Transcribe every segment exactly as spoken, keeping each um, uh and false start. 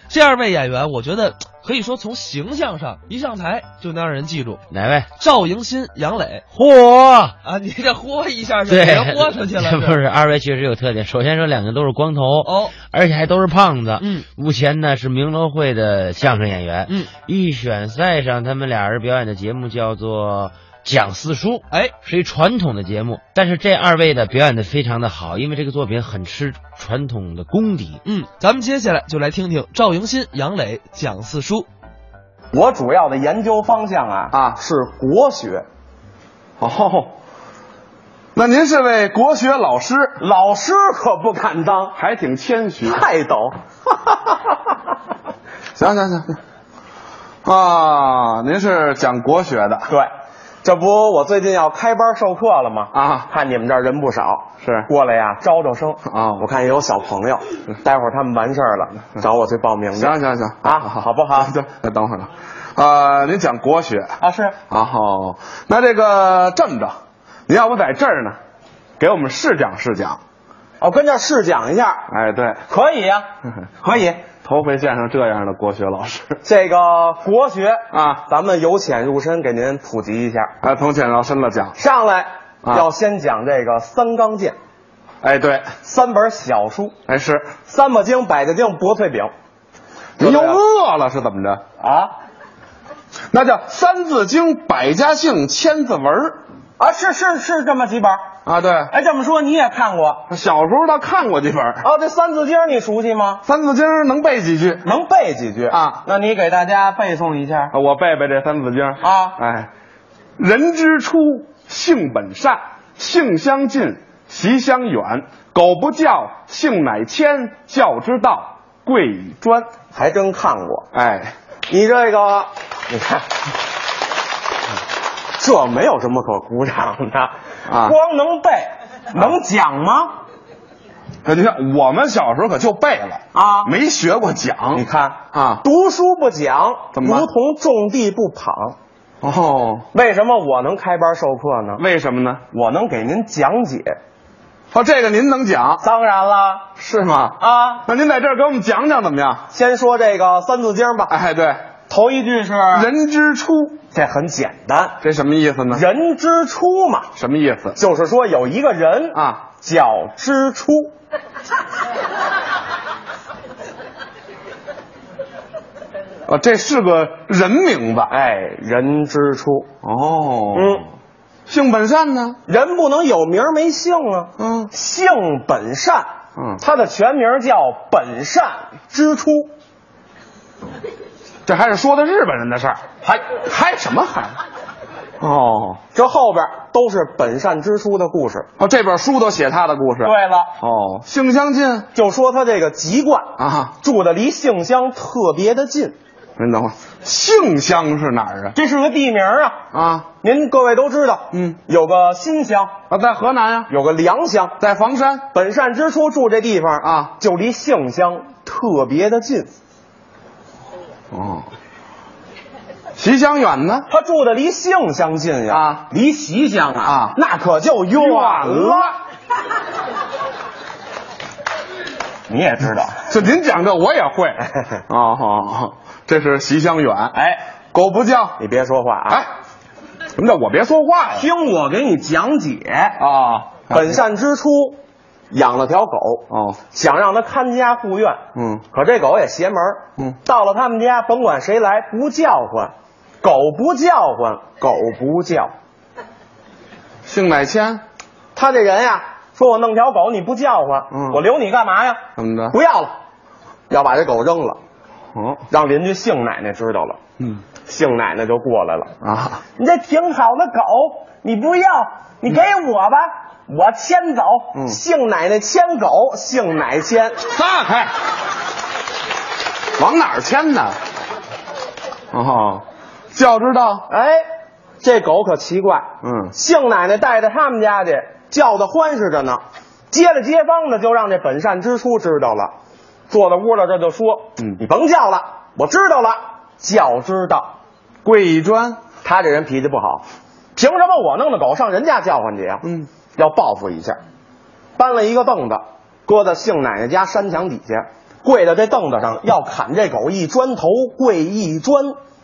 这二位演员，我觉得可以说从形象上一上台就能让人记住。 哪位？ 赵迎新、杨磊。 嚯啊！你这嚯一下是给人豁出去了。 不是，二位确实有特点。首先说两个都是光头哦， 而且还都是胖子。 嗯， 目前呢是明楼会的相声演员。 嗯， 预选赛上他们俩人表演的节目叫做讲四书， 哎， 是一传统的节目，但是这二位的表演的非常的好，因为这个作品很吃传统的功底。 嗯，咱们接下来就来听听赵迎新、杨磊讲四书。 我主要的研究方向啊啊是国学。 哦，那您是位国学老师？ 老师可不敢当， 还挺谦虚。 太逗。 行行行行。啊，您是讲国学的？ 对，这不我最近要开班授课了吗？ 啊， 看你们这儿人不少， 是过来呀招招生啊。 我看也有小朋友，待会儿他们完事儿了找我去报名去。 行行行啊，好不好？ 行，那等会儿了。啊，您讲国学啊？是。 然后那这个这么着，您要不在这儿呢，给我们试讲试讲。 哦，跟这儿试讲一下。 哎，对， 可以呀，可以。 头回见上这样的国学老师。 这个国学啊， 咱们由浅入深给您普及一下。 哎，从浅到深了讲。 上来、 啊、 要先讲这个三纲剑。 哎，对， 三本小书。 哎，是三八经、百家经、薄脆饼。 您又饿了是怎么着啊？ 那叫三字经、百家姓、千字文啊，是是是这么几本啊？对， 哎，这么说你也看过？ 小时候倒看过几本。 哦，这三字经你熟悉吗？ 三字经能背几句？ 能背几句啊？ 那你给大家背诵一下。 我背背这三字经啊。 哎，人之初，性本善，性相近，习相远。苟不教，性乃迁。教之道，贵以专。 还真看过。 哎， 你这个，你看。这没有什么可鼓掌的啊！ 光能背，能讲吗？ 你看，我们小时候可就背了啊， 没学过讲。 你看啊， 读书不讲， 怎么如同种地不旁。 哦， 为什么我能开班授课呢？ 为什么呢？ 我能给您讲解。 哦，这个您能讲？ 当然了。 是吗？ 啊， 那您在这儿给我们讲讲怎么样？ 先说这个三字经吧。 哎，对。 头一句是人之初， 这很简单， 这什么意思呢？ 人之初嘛， 什么意思？ 就是说有一个人啊， 叫之初。 哦，这是个人名字。 哎，人之初。 哦， 嗯， 性本善呢？ 人不能有名没姓啊。 嗯， 性本善。 嗯， 它的全名叫本善之初。 这还是说的日本人的事儿， 还还什么还？哦， 这后边都是本善之初的故事。 哦，这本书都写他的故事。 对了。 哦，性相近， 就说他这个籍贯啊， 住的离杏乡特别的近。 您等会儿，杏乡是哪儿啊？ 这是个地名啊。 啊， 您各位都知道， 嗯， 有个新乡啊，在河南呀、啊； 有个梁乡， 在房山。 本善之初住这地方啊， 就离杏乡特别的近。 哦，习相远呢？ 他住的离杏乡近呀， 啊， 离习乡啊， 啊， 那可就远了。你也知道， 这您讲这我也会。哦哦，这是习相远。 哎， 狗不叫， 你别说话啊！ 哎，什么叫我别说话呀？ 听我给你讲解啊。 本善之初，养了条狗， 哦， 想让它看家护院， 嗯， 可这狗也邪门， 嗯， 到了他们家，甭管谁来，不叫唤，狗不叫唤，狗不叫， 性乃迁。 他这人呀，说我弄条狗你不叫唤， 嗯， 我留你干嘛呀？ 怎么着？ 不要了，要把这狗扔了。 哦， 让邻居杏奶奶知道了， 嗯， 杏奶奶就过来了啊， 你这挺好的狗，你不要，你给我吧。嗯，我牵走。 嗯， 杏奶奶牵狗，杏奶牵。 撒开，往哪儿牵呢？哦，教之道。 哎，这狗可奇怪。 嗯， 杏奶奶带着他们家去，叫的欢实着呢。接了街坊的，就让这本善之初知道了。坐在屋了，这就说：“ 嗯， 你甭叫了，我知道了。教之道， 贵以专。” 他这人脾气不好，凭什么我弄的狗上人家叫唤去呀？ 嗯， 要报复一下，搬了一个凳子，搁在杏奶奶家山墙底下， 跪在这凳子上要砍这狗一砖头，跪一砖。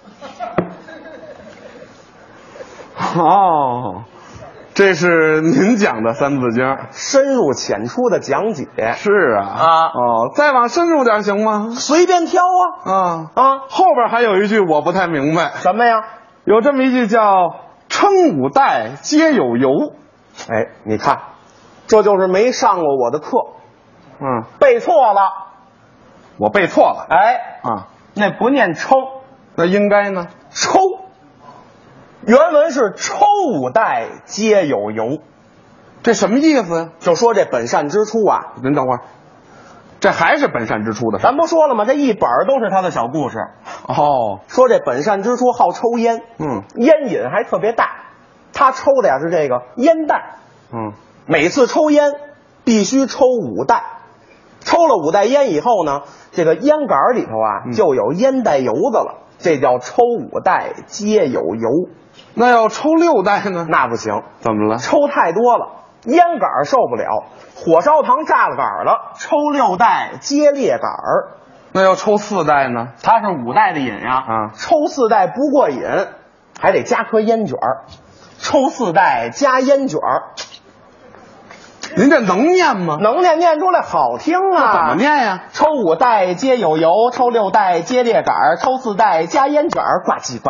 哦，这是您讲的《三字经》， 深入浅出的讲解。 是啊啊哦，再往深入点行吗？ 随便挑啊啊啊！ 后边还有一句我不太明白， 什么呀？ 有这么一句叫“称五代皆有由”。 哎，你看，这就是没上过我的课， 嗯， 背错了。 我背错了。 哎， 啊， 那不念抽， 那应该呢？ 抽。原文是“抽五代皆有由”， 这什么意思呀？ 就说这本善之初啊。 您等会儿，这还是本善之初的事儿。 咱不说了吗？这一本儿都是他的小故事。 哦， 说这本善之初好抽烟， 嗯， 烟瘾还特别大，他抽的呀是这个烟袋， 嗯， 每次抽烟必须抽五袋，抽了五袋烟以后呢，这个烟杆里头啊、 嗯、 就有烟袋油子了，这叫抽五袋皆有油。 那要抽六袋呢？ 那不行， 怎么了？ 抽太多了，烟杆受不了，火烧膛炸了杆了，抽六袋皆裂杆。 那要抽四袋呢？ 它是五袋的瘾呀、 啊， 抽四袋不过瘾，还得加颗烟卷儿，抽四袋加烟卷儿。 您这能念吗？ 能念，念出来好听啊！ 怎么念呀？ 抽五袋皆有油，抽六袋皆裂杆，抽四袋加烟卷儿，呱唧呱。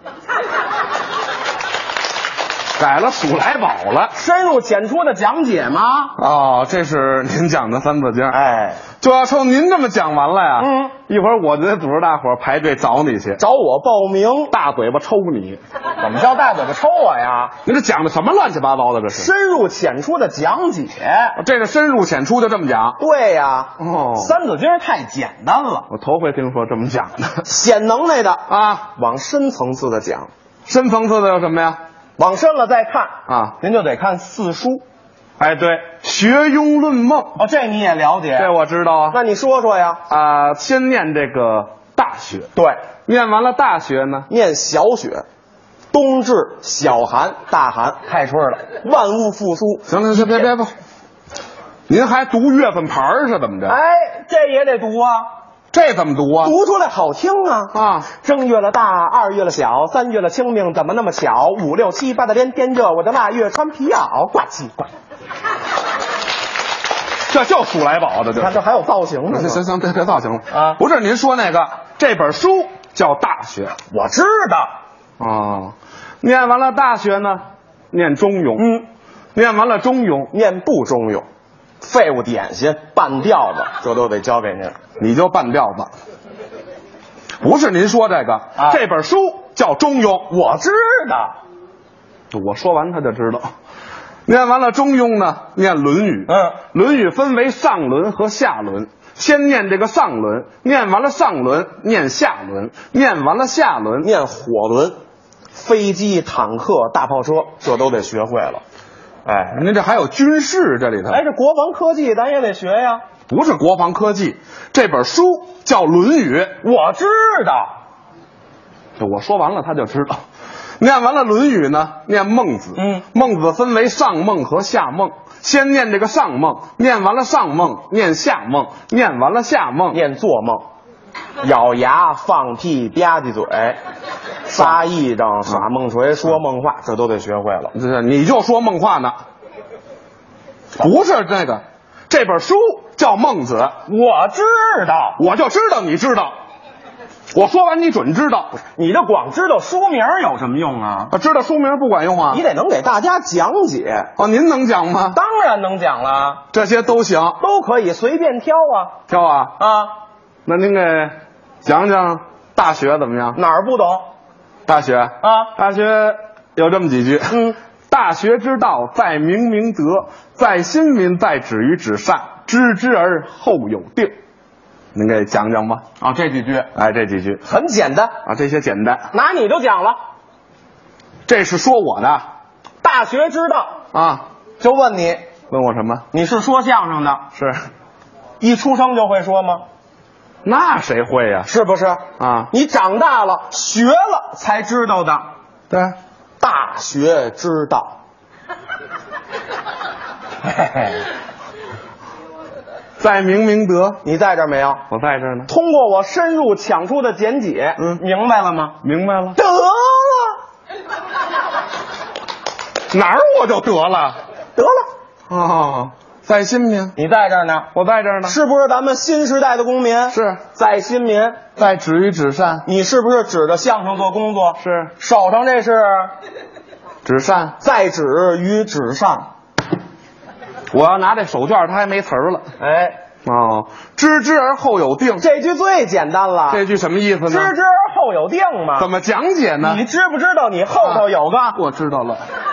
改了数来宝了， 深入浅出的讲解吗？ 哦，这是您讲的《三字经》。 哎， 就要抽您这么讲完了呀， 嗯， 一会儿我就得组织大伙儿排队找你去， 找我报名。 大嘴巴抽你。 怎么叫大嘴巴抽我呀？ 您这讲的什么乱七八糟的？这是深入浅出的讲解。 这个深入浅出就这么讲。 对呀， 哦， 三字经太简单了， 我头回听说这么讲的。 显能耐的啊， 往深层次的讲， 深层次的有什么呀？ 往深了再看啊， 您就得看四书。 哎，对，学庸论孟。 哦，这你也了解？ 这我知道啊。 那你说说呀？ 啊，先念这个大学。 对， 念完了大学呢， 念小雪。冬至、小寒、大寒，开春了，万物复苏。 行了，行，别别别，您还读月份牌是怎么着？ 哎，这也得读啊。 这怎么读啊？ 读出来好听啊！ 啊， 正月了大，二月了小，三月了清明，怎么那么巧？五六七八的连天热，我的腊月穿皮袄，呱唧呱。 这就数来宝的， 你看这还有造型呢。 行行行，别别造型了啊！ 不是您说那个这本书叫《大学》， 我知道。 哦，念完了大学呢，念中庸。 嗯， 念完了中庸， 念不中庸。废物点心、半吊子，这都得交给您。 你就半吊子。不是您说这个， 啊、 这本书叫中庸， 我知道。 我说完他就知道。念完了中庸呢，念论语。 嗯， 论语分为上轮和下轮。先念这个上轮，念完了上轮，念下轮，念完了下轮， 念火轮。飞机、坦克、大炮车，这都得学会了。哎， 您这还有军事这里头。 哎，这国防科技咱也得学呀。 不是国防科技，这本书叫《论语》。 我知道。 我说完了他就知道。念完了《论语》呢，念孟子。 嗯， 孟子分为上孟和下孟。先念这个上孟，念完了上孟，念下孟，念完了下孟， 念做梦。咬牙、放屁、吧唧嘴、撒癔症、耍梦锤、说梦话，这都得学会了。 这你就说梦话呢？不是这个，这本书叫《孟子》。 我知道， 我就知道你知道。我说完你准知道。 你这光知道书名有什么用啊？ 知道书名不管用啊。 你得能给大家讲解。 哦，您能讲吗？ 当然能讲了， 这些都行， 都可以随便挑啊。 挑啊啊！ 那您给讲讲大学怎么样？ 哪儿不懂？ 大学啊， 大学有这么几句。 嗯， 大学之道，在明明德，在亲民，在止于至善，知之而后有定。您给讲讲吧。 啊，这几句， 哎，这几句很简单啊，这些简单。 拿你就讲了。 这是说我的。 大学之道啊， 就问你， 问我什么？ 你是说相声的， 是， 一出生就会说吗？ 那谁会呀？ 是不是啊？ 你长大了学了才知道的。 对， 大学之道。嘿嘿， 在明明德， 你在这儿没有？ 我在这儿呢。 通过我深入抢出的简解， 嗯明白了吗？ 明白了。 得了， 哪儿我就得了？ 得了， 哦，在新民， 你在这儿呢， 我在这儿呢。 是不是咱们新时代的公民？ 是在新民， 在止于止善， 你是不是指着相声做工作？ 是手上这是止善。 在止于止上。 我要拿这手绢，它还没词儿了。 哎， 哦，知之而后有定， 这句最简单了。 这句什么意思呢？ 知之而后有定嘛。 怎么讲解呢？ 你知不知道你后头有个？ 啊我知道了。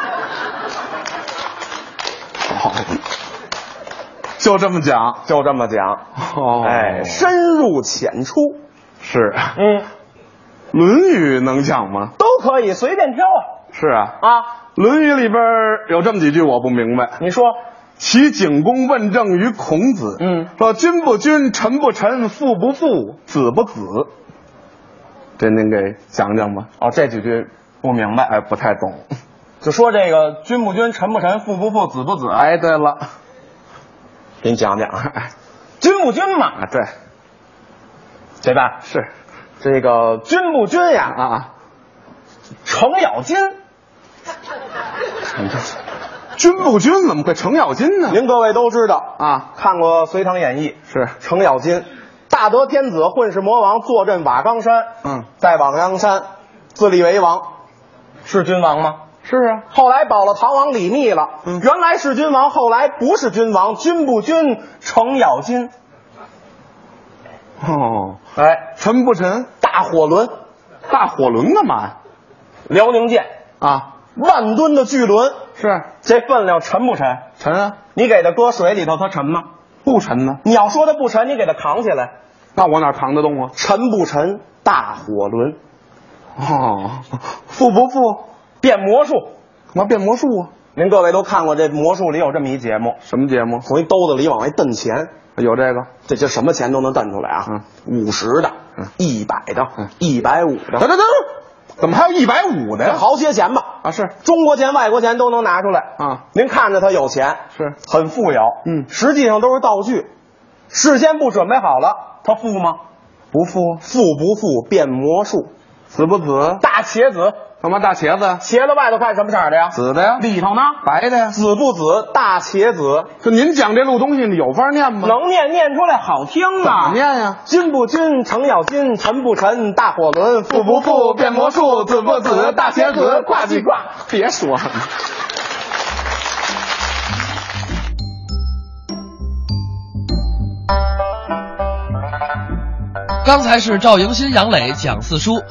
哦，就这么讲， 就这么讲。 哦， 哎，深入浅出。 是。 嗯， 《论语》能讲吗？ 都可以随便挑啊。 是啊， 啊， 《论语》里边有这么几句我不明白。 你说。 齐景公问政于孔子， 嗯， 说君不君，臣不臣，父不父，子不子。这您给讲讲吧。 哦，这几句不明白， 哎，不太懂。 就说这个君不君，臣不臣，父不父，子不子。 哎，对了， 给你讲讲。哎，君不君嘛， 啊，对， 对吧？ 是这个君不君呀， 啊， 程咬金。 君不君怎么会程咬金呢？ 您各位都知道啊， 看过《隋唐演义》， 是程咬金，大德天子，混世魔王，坐镇瓦岗山。 嗯， 在瓦岗山自立为王，是君王吗？ 是啊， 后来保了唐王李密了， 嗯原来是君王，后来不是君王，君不君，程咬金。 哦， 哎， 臣不臣， 大火轮， 大火轮干嘛呀？ 辽宁舰， 啊， 万吨的巨轮， 是这分量沉不沉？ 沉啊， 你给它搁水里头，它沉吗？ 不沉呢？ 你要说它不沉，你给它扛起来， 那我哪扛得动啊？ 沉不沉？大火轮。 哦，富不富？ 变魔术， 干嘛变魔术啊？ 您各位都看过这魔术里有这么一节目， 什么节目？ 从一兜子里往外蹬钱， 有这个？ 这这什么钱都能蹬出来啊！五十的， 嗯一百的，一百五的， 等等等，怎么还有一百五的呀？ 这好些钱吧？ 啊，是中国钱、外国钱都能拿出来啊。 您看着他有钱， 是很富有， 嗯实际上都是道具，事先不准备好了，他富吗？ 不富？ 富不富？变魔术， 紫不紫？ 大茄子， 干嘛大茄子？ 茄子外头看什么色的呀？ 紫的呀？ 里头呢？ 白的呀？ 紫不紫？大茄子， 就您讲这路东西有法念吗？ 能念，念出来好听怎啊！ 么念呀？ 君不君，程咬金，臣不臣，大火轮，富不富？变魔术，紫不紫？大茄子，呱唧呱。 别说了。 刚才是赵迎新、杨磊讲四书。